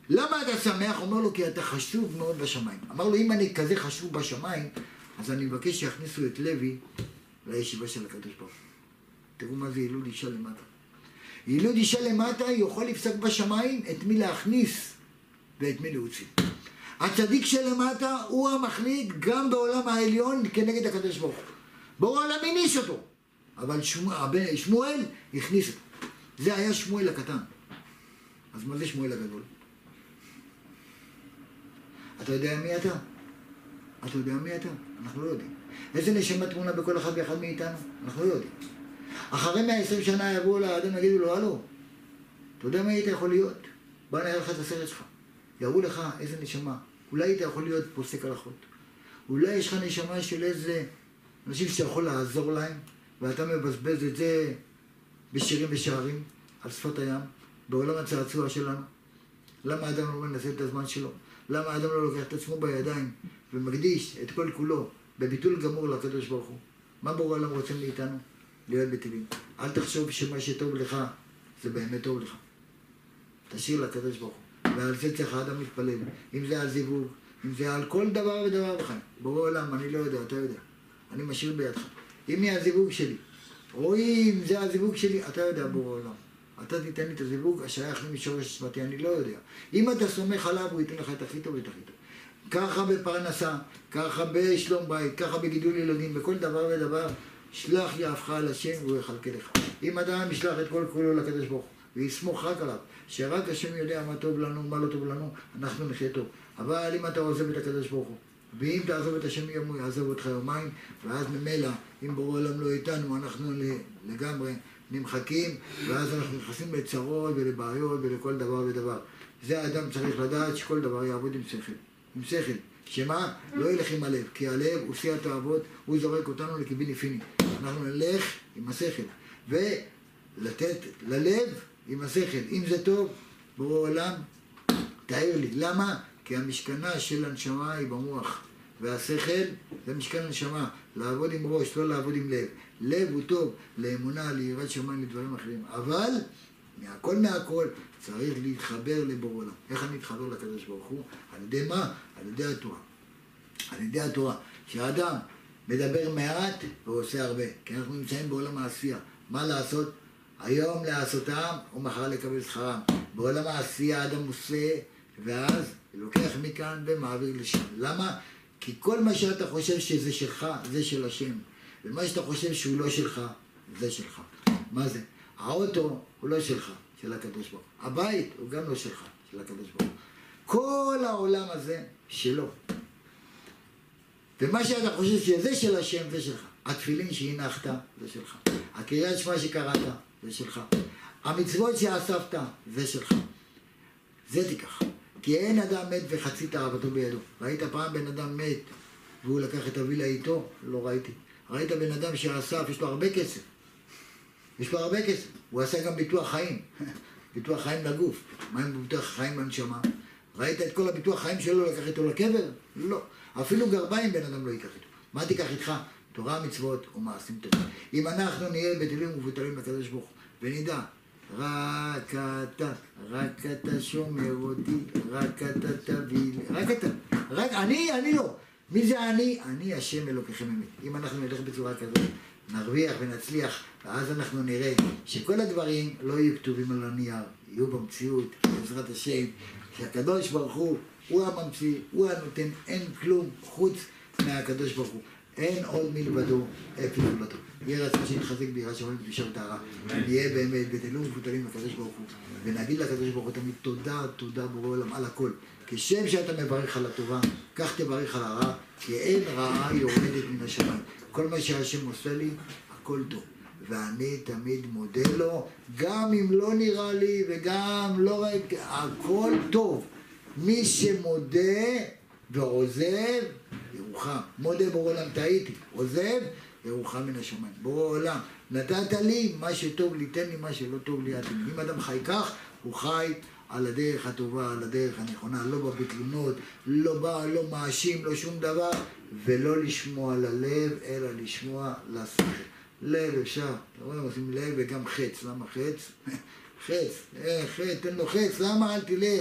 למה אתה שמח? אומר לו, כי אתה חשוב מאוד בשמיים. אמר לו, אם אני כזה חשוב בשמיים, אז אני מבקש שיכניסו את לוי לישיבה של הקדוש ברוך הוא. תראו מה זה ילוד אישה למטה. ילוד אישה למטה יכול לפסק בשמיים את מי להכניס ואת מי להוציא. הצדיק שלמטה הוא המחליט גם בעולם העליון כנגד הקדוש ברוך הוא. בורא עולם הניס אותו, אבל שמואל הכניס אותו. זה היה שמואל הקטן. אז מה זה שמואל הגדול? אתה יודע מי אתה? אתה יודע מי אתה? אנחנו לא יודעים. איזה נשמה תמונה בכל אחד ואחד מאיתנו? אנחנו לא יודעים. אחרי 120 שנה יבואו לאדם ויגידו לו, הלו, אתה יודע מי היית יכול להיות? בוא נראה לך את הסרט שלך. יראו לך איזה נשמה. אולי היית יכול להיות פוסק הלכות. אולי יש לך נשמה של איזה אנשים שאתה יכול לעזור להם, ואתה מבזבז את זה בשירים ושערים, על שפת הים, בעולם הצעצוע שלנו. למה האדם לא מנסה את הזמן שלו? למה האדם לא לוקח את עצמו בידיים ומקדיש את כל כולו בביטול גמור לקדוש ברוך הוא? מה בורא העולם רוצה מאיתנו? להיות בטלים. אל תחשוב שמה שטוב לך זה באמת טוב לך. תשאיר לקדוש ברוך הוא. ועל זה צריך האדם להתפלל. אם זה על זיווג, אם זה על כל דבר ודבר בחיים. בורא עולם, אני לא יודע, אתה יודע. אני משאיר בידך. אם יהיה הזיווג שלי, או אם זה הזיווג שלי, אתה יודע בורא עולם. אתה תיתן לי את הזיווג השייך לי משורש שפתי, אני לא יודע. אם אתה סומך עליו, הוא ייתן לך את הכי טוב ואת הכי טוב. ככה בפרנסה, ככה בשלום בית, ככה בגידול ילדים, בכל דבר ודבר, שלח יהבך על השם והוא יחלקה לך. אם אדם ישלח את כל כולו לקדוש ברוך הוא, ויסמוך רק עליו, שרק השם יודע מה טוב לנו, מה לא טוב לנו, אנחנו נחיה טוב. אבל אם אתה עוזב את הקדוש ברוך הוא, ואם תעזוב את השם יום, הוא יעזוב אותך יומיים, ואז ממילא, אם בורא עולם לא איתנו, אנחנו לגמרי נמחקים, ואז אנחנו נכנסים לצרות ולבעיות ולכל דבר ודבר. זה האדם צריך לדעת שכל דבר יעבוד עם שכל. עם שכל. שמה? לא ילך עם הלב, כי הלב הוא שיא התאוות, הוא זורק אותנו לקיביניפיני. אנחנו נלך עם השכל, ולתת ללב עם השכל. אם זה טוב, בורא עולם, תאר לי. למה? כי המשכנה של הנשמה היא במוח, והשכל זה משכן הנשמה, לעבוד עם ראש, לא לעבוד עם לב. לב הוא טוב לאמונה, ליראת שמיים, לדברים אחרים. אבל מהכל צריך להתחבר לבורא עולם. איך אני אתחבר לקדוש ברוך הוא? על ידי מה? על ידי התורה. על ידי התורה. שהאדם מדבר מעט ועושה הרבה. כי אנחנו נמצאים בעולם העשייה. מה לעשות? היום לעשותם ומחר לקבל שכרם. בעולם העשייה האדם עושה, ואז לוקח מכאן ומעביר לשם. למה? כי כל מה שאתה חושב שזה שלך, זה של השם. ומה שאתה חושב שהוא לא שלך, זה שלך. מה זה? האוטו הוא לא שלך, של הקדוש ברוך הוא. הבית הוא גם לא שלך, של הקדוש ברוך הוא. כל העולם הזה שלו. ומה שאתה חושב שזה של השם, זה שלך. התפילין שהנחת, זה שלך. הקריאת שמע שקראת, זה שלך. המצוות שאספת, זה שלך. זה תיקח. כי אין אדם מת וחצי תאוותו בידו. ראית פעם בן אדם מת והוא לקח את הווילה איתו? לא ראיתי. ראית בן אדם שאסף, יש לו הרבה כסף. יש לו הרבה כסף. הוא עשה גם ביטוח חיים. ביטוח חיים לגוף. מה עם ביטוח חיים לנשמה? ראית את כל הביטוח חיים שלו לקח איתו לקבר? לא. אפילו גרביים בן אדם לא ייקח איתו. מה תיקח איתך? תורה, מצוות ומעשים טובים. אם אנחנו נהיה בטלים ומבוטלים לקדוש ברוך הוא ונדע רק אתה שומר אותי, רק אתה תביא לי, רק אתה, רק אני לא. מי זה אני? אני השם אלוקיכם אמת. אם אנחנו נלך בצורה כזאת, נרוויח ונצליח, ואז אנחנו נראה שכל הדברים לא יהיו כתובים על הנייר, יהיו במציאות, בעזרת השם, שהקדוש ברוך הוא הממציא, הוא הנותן, אין כלום חוץ מהקדוש ברוך הוא. אין עוד מלבדו, אפילו לא טוב. יהיה רצון שנתחזק ביראת שמיים ובקדושה וטהרה. נהיה באמת בטלים ומבוטלים לקדוש ברוך הוא. ונגיד לקדוש ברוך הוא תמיד תודה בורא עולם על הכל. כשם שאתה מברך על הטובה, כך תברך על הרע, כי אין רעה יורדת מן השמיים. כל מה שהשם עושה לי, הכל טוב. ואני תמיד מודה לו, גם אם לא נראה לי וגם לא ראיתי, הכל טוב. מי שמודה ועוזב, ירוחם. מודה בורא עולם, טעיתי. עוזב, ירוחם מן השמיים. בורא עולם, נתת לי מה שטוב לי, תן לי מה שלא טוב לי. אם אדם חי כך, הוא חי על הדרך הטובה, על הדרך הנכונה, לא בא בתלונות, לא מאשים, לא שום דבר, ולא לשמוע ללב, אלא לשמוע לשכל. לב אפשר, אתה רואה, עושים לב וגם חץ. למה חץ? חץ, תן לו חץ, למה אל תלך?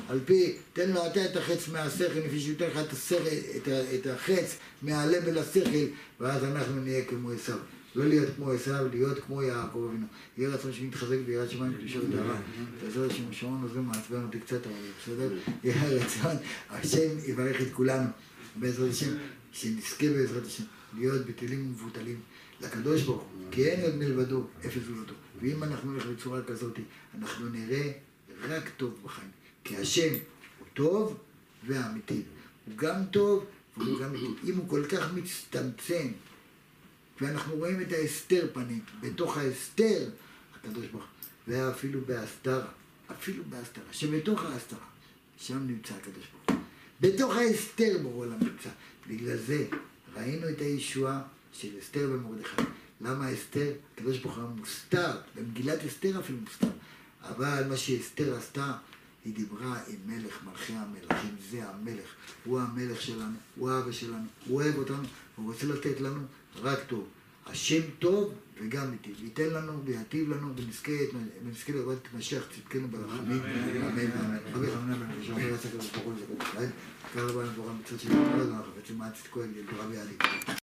על פי, תן לו אתה את החץ מהשכל, לפי שהוא ייתן לך את החץ מהלב אל השכל, ואז אנחנו נהיה כמו עשיו. לא להיות כמו עשיו, להיות כמו יעקב אבינו. יהיה רצון שנתחזק ביראת שמיים קדושה וטהרה. בעזרת השם, השעון הזה מעצבן אותי קצת, אבל בסדר? יהיה רצון, השם יברך את כולנו. בעזרת השם, שנזכה בעזרת השם, להיות בטלים ומבוטלים לקדוש ברוך הוא, כי אין עוד מלבדו, אפס זולתו. ואם אנחנו נלך בצורה כזאת, אנחנו נראה רק טוב בחיים. כי השם הוא טוב ואמיתי. הוא גם טוב והוא גם אמיתי. אם הוא כל כך מצטמצם, ואנחנו רואים את ההסתר פנים, בתוך ההסתר, הקדוש ברוך הוא, ואפילו בהסתרה, שבתוך ההסתרה, שם נמצא הקדוש ברוך הוא. בתוך ההסתר בעולם נמצא. בגלל זה ראינו את הישועה של אסתר ומרדכי. למה אסתר? הקדוש ברוך הוא מוסתר, במגילת אסתר אפילו מוסתר. אבל מה שאסתר עשתה, היא דיברה עם מלך מלכי המלכים, זה המלך. הוא המלך שלנו, הוא האבא שלנו, הוא אוהב אותנו, הוא רוצה לתת לנו רק טוב. השם טוב וגם איתי, וייתן לנו ויטיב לנו, ונזכה לראות את משיח צדקנו ברחמים, אמן ואמן. רבי חנניה בן עקשיא אומר עשה כזה ברוך הוא לזכות ישראל, קרא רבנו תורה מצוות של התורה, אנחנו בעצם מעט צדקו אל גדול רבי עלי.